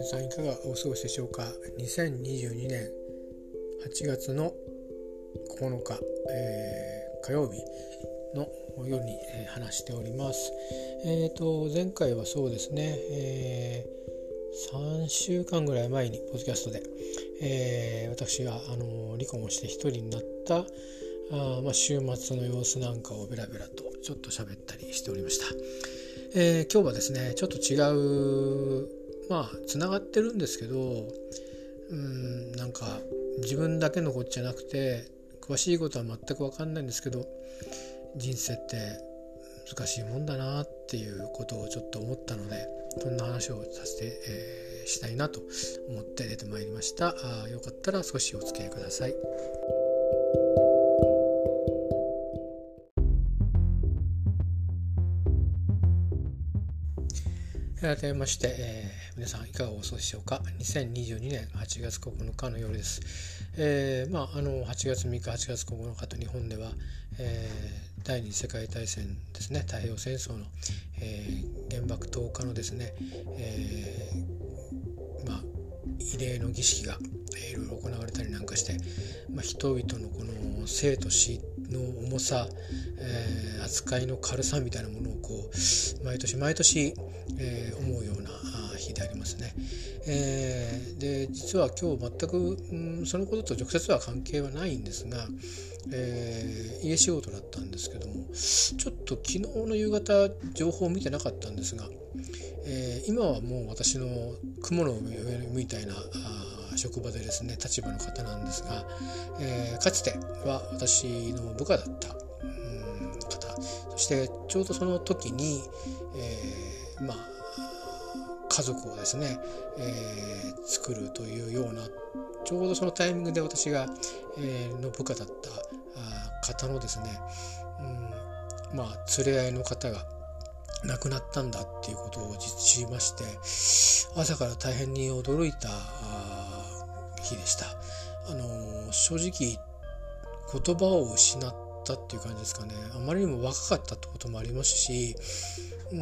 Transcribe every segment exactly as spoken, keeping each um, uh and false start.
さんいかがお過ごしでしょうか。にせんにじゅうにねんはちがつのここのか、えー、火曜日の夜に、えー、話しております。えーと前回はそうですね、えー、さんしゅうかんぐらい前にポッドキャストで、えー、私が、あの離婚をして一人になったあ、まあ、週末の様子なんかをベラベラとちょっと喋ったりしておりました。えー、今日はですねちょっと違う、まあつながってるんですけど、うーんなんか自分だけのことじゃなくて詳しいことは全く分かんないんですけど、人生って難しいもんだなっていうことをちょっと思ったので、そんな話をさせて、えー、したいなと思って出てまいりました。あよかったら少しお付き合いください。改めまして、えー、皆さんいかがお過ごしでしょうか。にせんにじゅうにねんはちがつここのかの夜です。えー、まああのはちがつみっかはちがつここのかと日本では、えー、第二次世界大戦ですね、太平洋戦争の、えー、原爆投下のですね、えー、まあ慰霊の儀式が、えー、いろいろ行われたりなんかして、まあ、人々のこの生と死の重さ、えー、扱いの軽さみたいなものをこう毎年毎年、えー、思うような日でありますね。えー、で実は今日全く、うん、そのことと直接は関係はないんですが、えー、家仕事だったんですけども、ちょっと昨日の夕方情報を見てなかったんですが、えー、今はもう私の雲の上みたいな職場でですね立場の方なんですが、えー、かつては私の部下だったうん方、そしてちょうどその時に、えー、まあ家族をですね、えー、作るというようなちょうどそのタイミングで私が、えー、の部下だった方のですね、うん、まあ連れ合いの方が亡くなったんだっていうことを知りまして、朝から大変に驚いた日でした。あの正直言葉を失ったっていう感じですかね。あまりにも若かったってこともありますし、うん、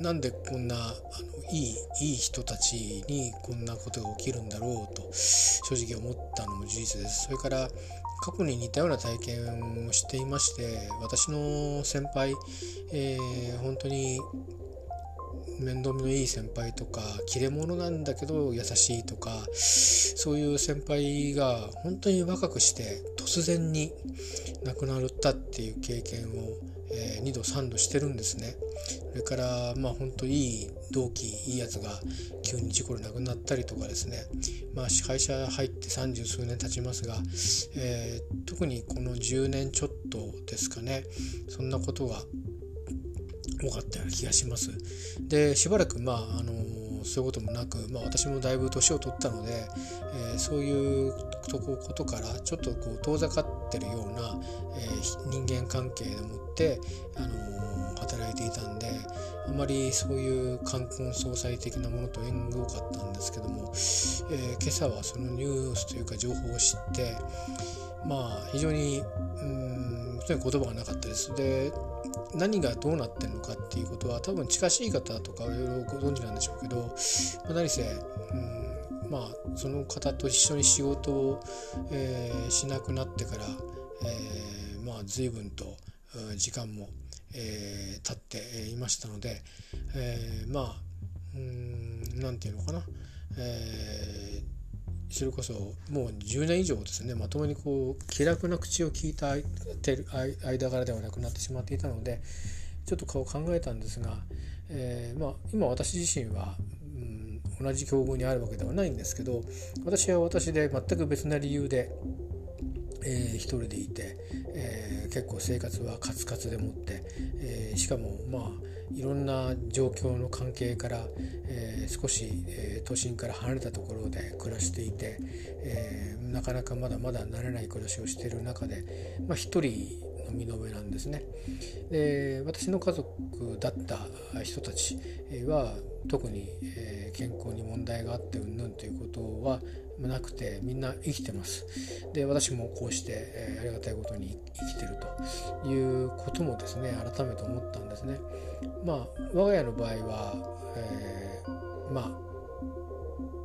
なんでこんなあのいいいい人たちにこんなことが起きるんだろうと正直思ったのも事実です。それから過去に似たような体験をしていまして、私の先輩、えー、本当に面倒見のいい先輩とか切れ者なんだけど優しいとか、そういう先輩が本当に若くして突然に亡くなったっていう経験を、えー、にどさんどしてるんですね。それからまあ本当いい同期いいやつが急に事故で亡くなったりとかですね、まあ会社入って三十数年経ちますが、えー、特にこのじゅうねんちょっとですかね、そんなことが多かったような気がします。でしばらくまああのそういうこともなく、まあ、私もだいぶ年を取ったので、えー、そういうことからちょっとこう遠ざかってるような、えー、人間関係でもって、あのー、働いていたんで、あまりそういう冠婚葬祭的なものと縁が多かったんですけども、えー、今朝はそのニュースというか情報を知って、まあ非常にうーん言葉がなかったです。で何がどうなってるのかっていうことは多分近しい方とかいろいろご存知なんでしょうけど、まあ、何せ、うん、まあその方と一緒に仕事を、えー、しなくなってから、えー、まあ随分と時間も、えー、経っていましたので、えー、まあうんなんていうのかな、えーそれこそもうじゅうねん以上ですね、まともにこう気楽な口を聞いた間柄ではなくなってしまっていたので、ちょっと顔を考えたんですが、えーまあ、今私自身は、うん、同じ境遇にあるわけではないんですけど、私は私で全く別な理由で、えー、一人でいて、えー、結構生活はカツカツでもって、えー、しかもまあいろんな状況の関係から、えー、少し、えー、都心から離れたところで暮らしていて、えー、なかなかまだまだ慣れない暮らしをしている中で、まあ、一人の身の上なんですね。で私の家族だった人たちは特に、えー、健康に問題があってうんぬんということはなくて、みんな生きてます。で私もこうして、えー、ありがたいことに生きてるということもですね改めて思ったんですね。まあ我が家の場合は、えー、まあ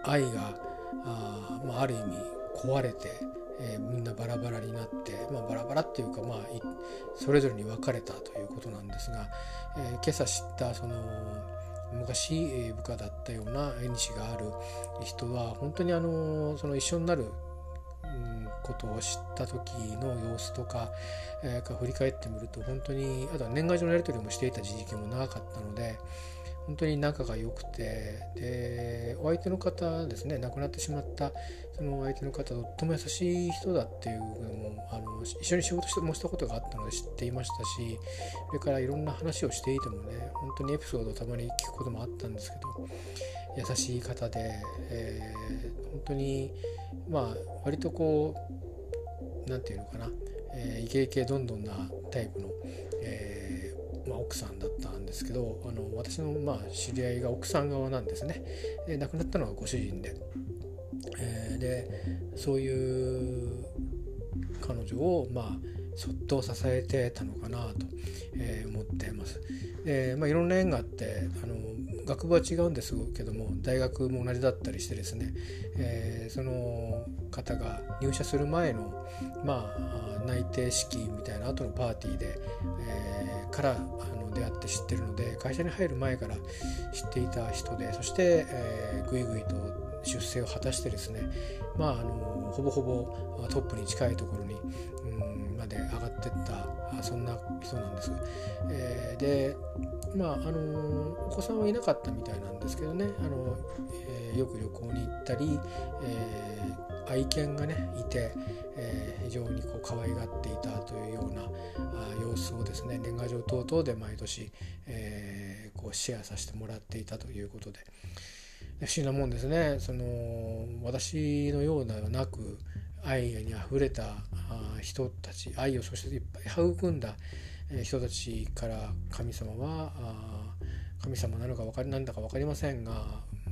愛が あ,、まあ、ある意味壊れて、えー、みんなバラバラになって、まあ、バラバラっていうか、まあ、それぞれに分かれたということなんですが、えー、今朝知ったその昔、えー、部下だったような縁がある人は本当にあのその一緒になることを知った時の様子とか、えー、振り返ってみると本当にあとは年賀状のやり取りもしていた時期も長かったので本当に仲が良くて、でお相手の方ですね、亡くなってしまったそのお相手の方とっても優しい人だっていうのもあの一緒に仕事してもしたことがあったので知っていましたし、それからいろんな話をしていてもね本当にエピソードをたまに聞くこともあったんですけど優しい方で、えー、本当にまあ割とこうなんていうのかな、えー、イケイケどんどんなタイプの、えーまあ、奥さんだったんですけど、あの私のまあ知り合いが奥さん側なんですね。で亡くなったのがご主人で、えー、でそういう彼女をまあそっと支えてたのかなと、えー、思っています。で、まあ、いろんな縁があってあの学部は違うんですけども大学も同じだったりしてですね、えー、その方が入社する前の、まあ、内定式みたいな後のパーティーで、えー、からあの出会って知ってるので会社に入る前から知っていた人で、そして、えー、ぐいぐいと出世を果たしてですね、まあ、あのほぼほぼトップに近いところに、うん、まで上がっていったそんな人なんです。えー、でまああのお子さんはいなかったみたいなんですけどね、あの、えー、よく旅行に行ったり、えー、愛犬がねいて、えー、非常にこう可愛がっていたというようなあ様子をですね年賀状等々で毎年、えー、こうシェアさせてもらっていたということで、不思議なもんですね。その私のようななく愛にあふれた人たち、愛をそしていっぱい育んだ人たちから神様は神様なのか分かりなんだか分かりませんが、うん、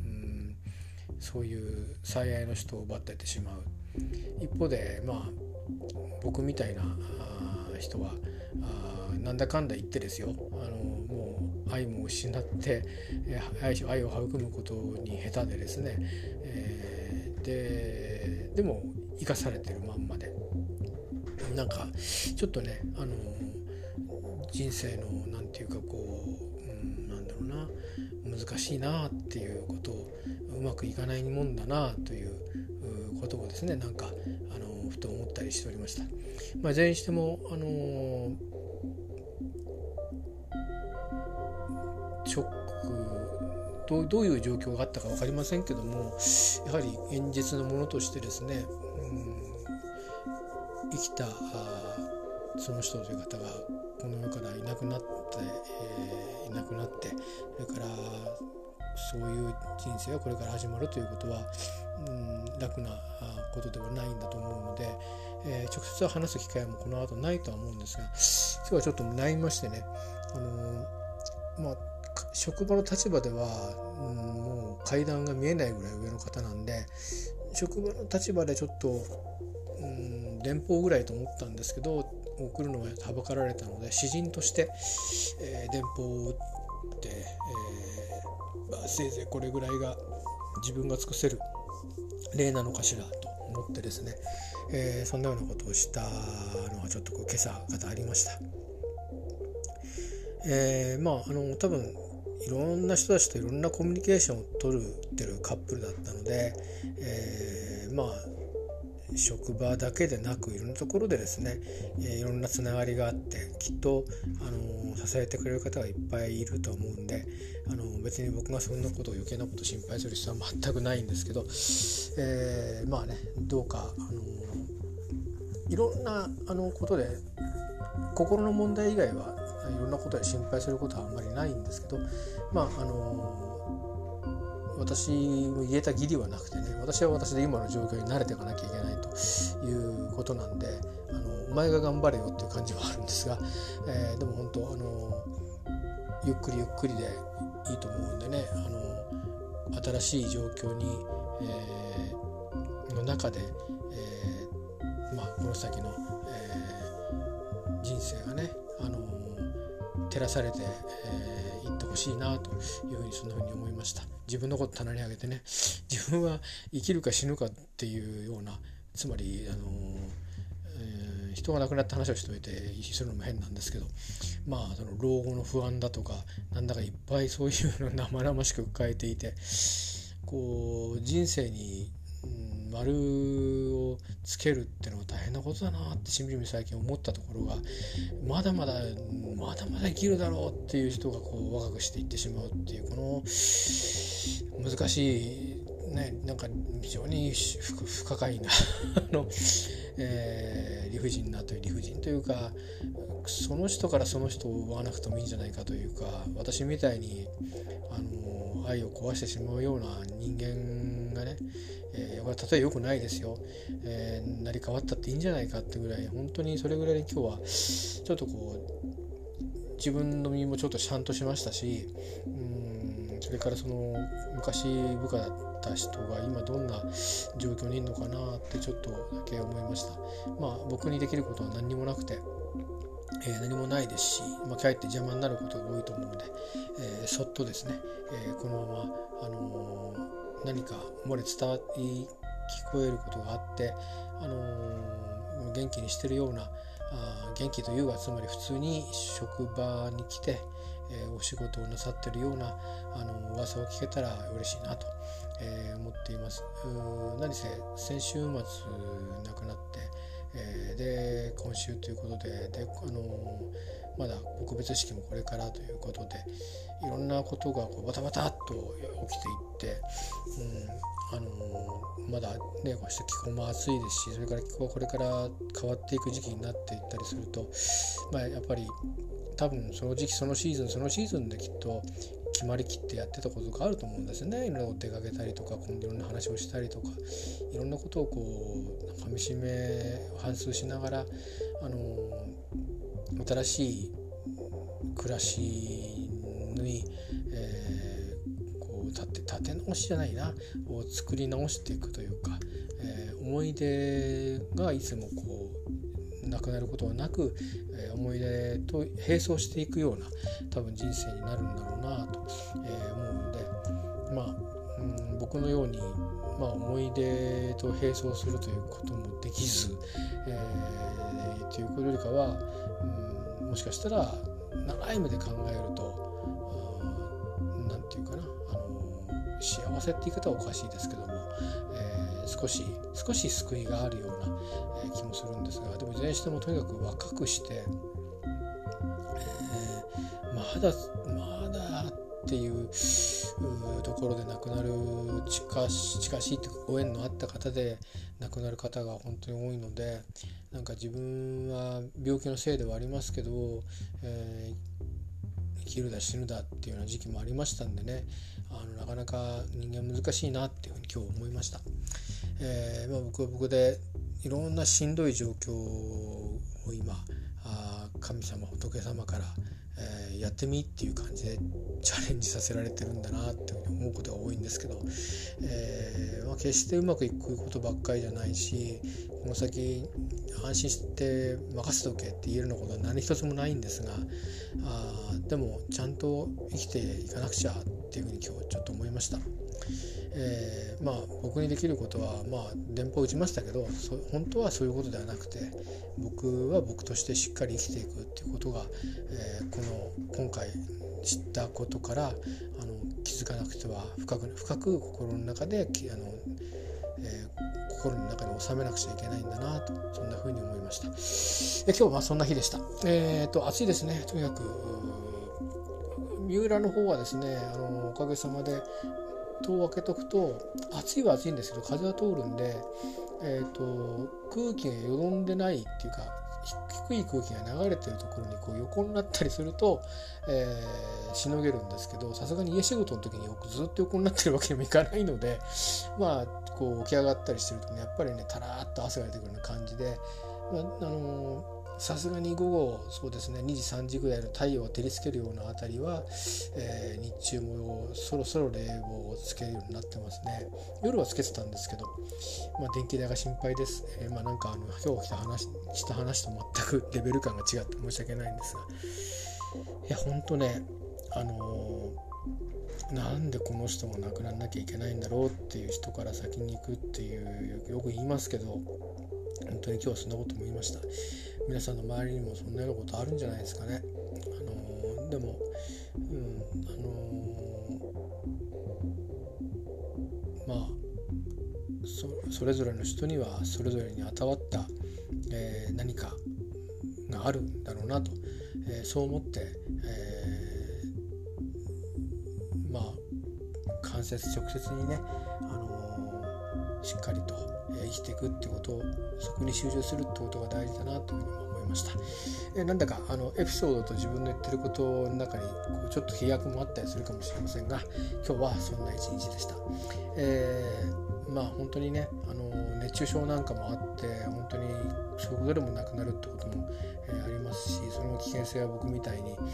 そういう最愛の人を奪っていってしまう。一方でまあ僕みたいな人はなんだかんだ言ってですよ、あのもう愛も失って愛を育むことに下手でですね、えー、ででも生かされてるまんまで、なんかちょっとねあの人生のなんていうかこう、うん、なんだろうな難しいなっていうことをうまくいかないもんだなということをですねなんかあのふと思ったりしておりました。まあ、いずれにしてもあのショック どう、どういう状況があったか分かりませんけども、やはり現実のものとしてですね、うん、生きたその人という方がこの世からいなくなって、えー、いなくなってそれからそういう人生がこれから始まるということは、うん、楽なことではないんだと思うので、えー、直接話す機会もこの後ないとは思うんですが、今日はちょっと悩みましてね、あのー、まあ職場の立場では、うん、もう階段が見えないぐらい上の方なんで、職場の立場でちょっと、うん、電報ぐらいと思ったんですけど送るのははばかられたので詩人として、えー、電報を打って、えーまあ、せいぜいこれぐらいが自分が尽くせる例なのかしらと思ってですね、えー、そんなようなことをしたのはちょっとこう今朝方ありました。えー、まああの多分いろんな人たちといろんなコミュニケーションを取るってるカップルだったので、えー、まあ職場だけでなくいろんなところでですね、えー、いろんなつながりがあってきっと、あのー、支えてくれる方がいっぱいいると思うんで、あのー、別に僕がそんなことを余計なことを心配する必要は全くないんですけど、えー、まあねどうか、あのー、いろんなあのことで心の問題以外はいろんなことで心配することはあんまりないんですけど、まああの私も言えた義理はなくてね、私は私で今の状況に慣れていかなきゃいけないということなんで、あのお前が頑張れよっていう感じはあるんですが、えー、でも本当あのゆっくりゆっくりでいいと思うんでね、あの新しい状況に、えー、の中で、えーまあ、この先の、えー、人生がね、あの照らされて、えー、 いってほしいなというふうにそんなふうに思いました。自分のこと棚に上げてね、自分は生きるか死ぬかっていうような、つまりあの、えー、人が亡くなった話をしておいてするのも変なんですけど、まあその老後の不安だとかなんだかいっぱいそういうの生々しく抱えていて、こう人生に、うん、丸をつけるってのは大変なことだなってしみじみ最近思ったところが、まだまだまだまだ生きるだろうっていう人がこう若くしていってしまうっていう、この難しいね、なんか非常に不可解なあの、えー、理不尽なという理不尽というか、その人からその人を追わなくてもいいんじゃないかというか、私みたいにあの愛を壊してしまうような人間がね、えー、これ例えよくないですよ、えー、成り変わったっていいんじゃないかってぐらい、本当にそれぐらい今日はちょっとこう自分の身もちょっとシャンとしましたし、うん、それからその昔部下だった人が今どんな状況にいるのかなってちょっとだけ思いました。まあ僕にできることは何にもなくて、えー、何もないですし、まあ、かえって邪魔になることが多いと思うので、えー、そっとですね、えー、このまま、あのー、何か漏れ伝わり聞こえることがあって、あのー、元気にしてるような、あ元気というかつまり普通に職場に来て、えー、お仕事をなさってるようなあの噂を聞けたら嬉しいなと、えー、思っています。何せ先週末亡くなって、えー、で今週ということで、で、あのー、まだ告別式もこれからということで、いろんなことがこうバタバタっと起きていって、うん、あのー、まだねこうして気候も暑いですし、それから気候がこれから変わっていく時期になっていったりすると、まあ、やっぱり多分その時期そのシーズンそのシーズンできっと決まりきってやってたことがあると思うんですよね。いろんなこと出かけたりとか、いろんな話をしたりとか、いろんなことをこうかみしめ反芻しながら、あの新しい暮らしに、えー、こう立て立て直しじゃないなを作り直していくというか、えー、思い出がいつもこうなくなることはなく、えー、思い出と並走していくような多分人生になるんだろうなと、えー、思うので、まあ、うん、僕のように、まあ、思い出と並走するということもできず、えー、ということよりかは、うん、もしかしたら長い目で考えると、なんていうかな、あの幸せって言い方はおかしいですけども、えー、少し少し救いがあるような、えー、気もするんですが、でもいずれにしてもとにかく若くして、えー、まだまだっていうところで亡くなる近し近しいというかご縁のあった方で亡くなる方が本当に多いので、なんか自分は病気のせいではありますけど、えー、生きるだ死ぬだっていうような時期もありましたんでね、あのなかなか人間難しいなっていうふうに今日思いました。えーまあ、僕は僕でいろんなしんどい状況を今あ神様仏様から、えー、やってみっていう感じでチャレンジさせられてるんだなっていうふうに思うことが多いんですけど、えーまあ、決してうまくいくことばっかりじゃないし、この先安心して任せておけって言えるようなことは何一つもないんですが、あでもちゃんと生きていかなくちゃっていうふうに今日ちょっと思いました。えー、まあ僕にできることはまあ電報打ちましたけど、本当はそういうことではなくて、僕は僕としてしっかり生きていくっていうことが、えー、この今回知ったことからあの気づかなくては深く深く心の中であの、えー、心の中に収めなくちゃいけないんだなと、そんな風に思いました。え今日はそんな日でした。えーと暑いですね。とにかく三浦の方はですね、あのおかげさまで戸を開けとくと暑いは暑いんですけど風は通るんで、えーと空気がよどんでないっていうか、低い空気が流れてるところにこう横になったりすると、えー、しのげるんですけど、さすがに家仕事の時にずっと横になってるわけにもいかないので、まあこう起き上がったりしてるとね、やっぱりねたらーっと汗が出てくるような感じで、まあ、あのーさすがに午後そうですねにじさんじぐらいの太陽が照りつけるようなあたりは、えー、日中もそろそろ冷房をつけるようになってますね。夜はつけてたんですけど、まあ、電気代が心配です。えー、まあなんかあの今日来た話した話と全くレベル感が違って申し訳ないんですが、いや本当ね、 あのなんでこの人が亡くならなきゃいけないんだろうっていう人から先に行くっていうよく言いますけど、本当に今日はそんなことも言いました。皆さんの周りにもそんなようなことあるんじゃないですかね。あのでも、うんあのまあ そ, それぞれの人にはそれぞれに与わった、えー、何かがあるんだろうなと、えー、そう思って、えー、まあ間接直接にね、あのー、しっかりと、えー、生きていくってことを、そこに集中するってことが大事だなというふうに思いました。えー、なんだかあのエピソードと自分の言ってることの中にこうちょっと飛躍もあったりするかもしれませんが、今日はそんな一日でした。えー、まあ本当にね、あのー、熱中症なんかもあって、本当にそういうことでもなくなるってことも、えー、ありますし、その危険性は僕みたいに、うーん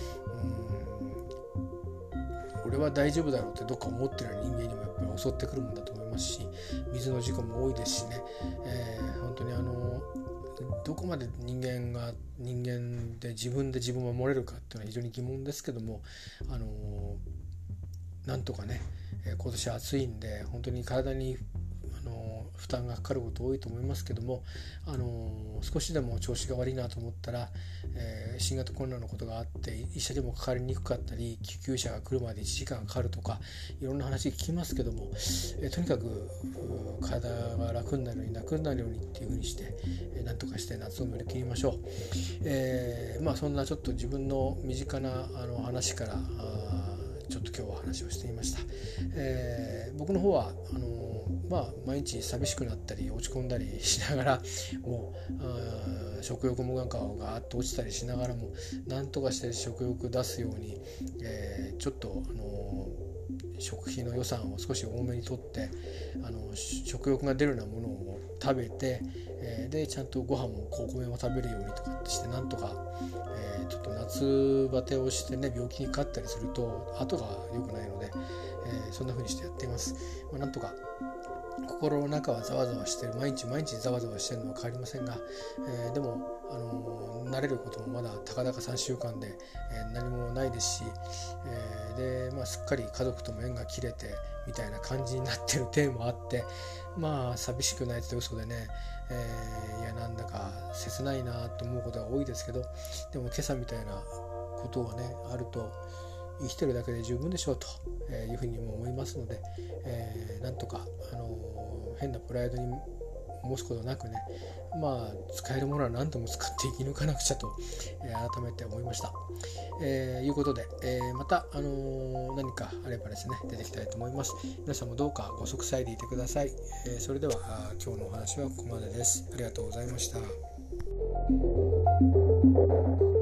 俺は大丈夫だろうってどっか思ってる人間にもやっぱり襲ってくるもんだと思いますし、水の事故も多いですしね、えー、本当にあのどこまで人間が人間で自分で自分を守れるかっていうのは非常に疑問ですけども、あのなんとかね、えー、今年暑いんで本当に体にあの負担がかかること多いと思いますけども、あの少しでも調子が悪いなと思ったら、えー、新型コロナのことがあって医者でもかかりにくかったり、救急車が来るまでいちじかんかかるとか、いろんな話聞きますけども、えー、とにかく体が楽になるように楽になるようにっていう風にして、えー、なんとかして夏を乗り切りましょう。えー、まあそんなちょっと自分の身近なあの話からちょっと今日は話をしてみました。えー、僕の方はあのまあ毎日寂しくなったり落ち込んだりしながら、もう食欲もなんかがガーッと落ちたりしながらも、なんとかして食欲出すように、えー、ちょっとあの食費の予算を少し多めにとって、あの食欲が出るようなものを食べて、えー、でちゃんとご飯もお米を食べるようにとかってして、なんとか、えー、ちょっと夏バテをしてね、病気にかかったりすると後が良くないので、えー、そんな風にしてやっています。まあ、なんとか心の中はざわざわしてる、毎日毎日ざわざわしてるのは変わりませんが、えー、でも、あのー、慣れることもまだたかだかさんしゅうかんで、えー、何もないですし、えー、で、まあ、すっかり家族とも縁が切れてみたいな感じになってる点もあって、まあ寂しくないって嘘でね、えー、いやなんだか切ないなと思うことが多いですけど、でも今朝みたいなことがねあると、生きてるだけで十分でしょうというふうにも思いますので、えー、なんとか、あのー、変なプライドに持つことなくね、まあ使えるものは何でも使って生き抜かなくちゃと、えー、改めて思いました。えー、いうことで、えー、また、あのー、何かあればですね出てきたいと思います。皆さんもどうかご息災でいてください。えー、それでは今日のお話はここまでです。ありがとうございました。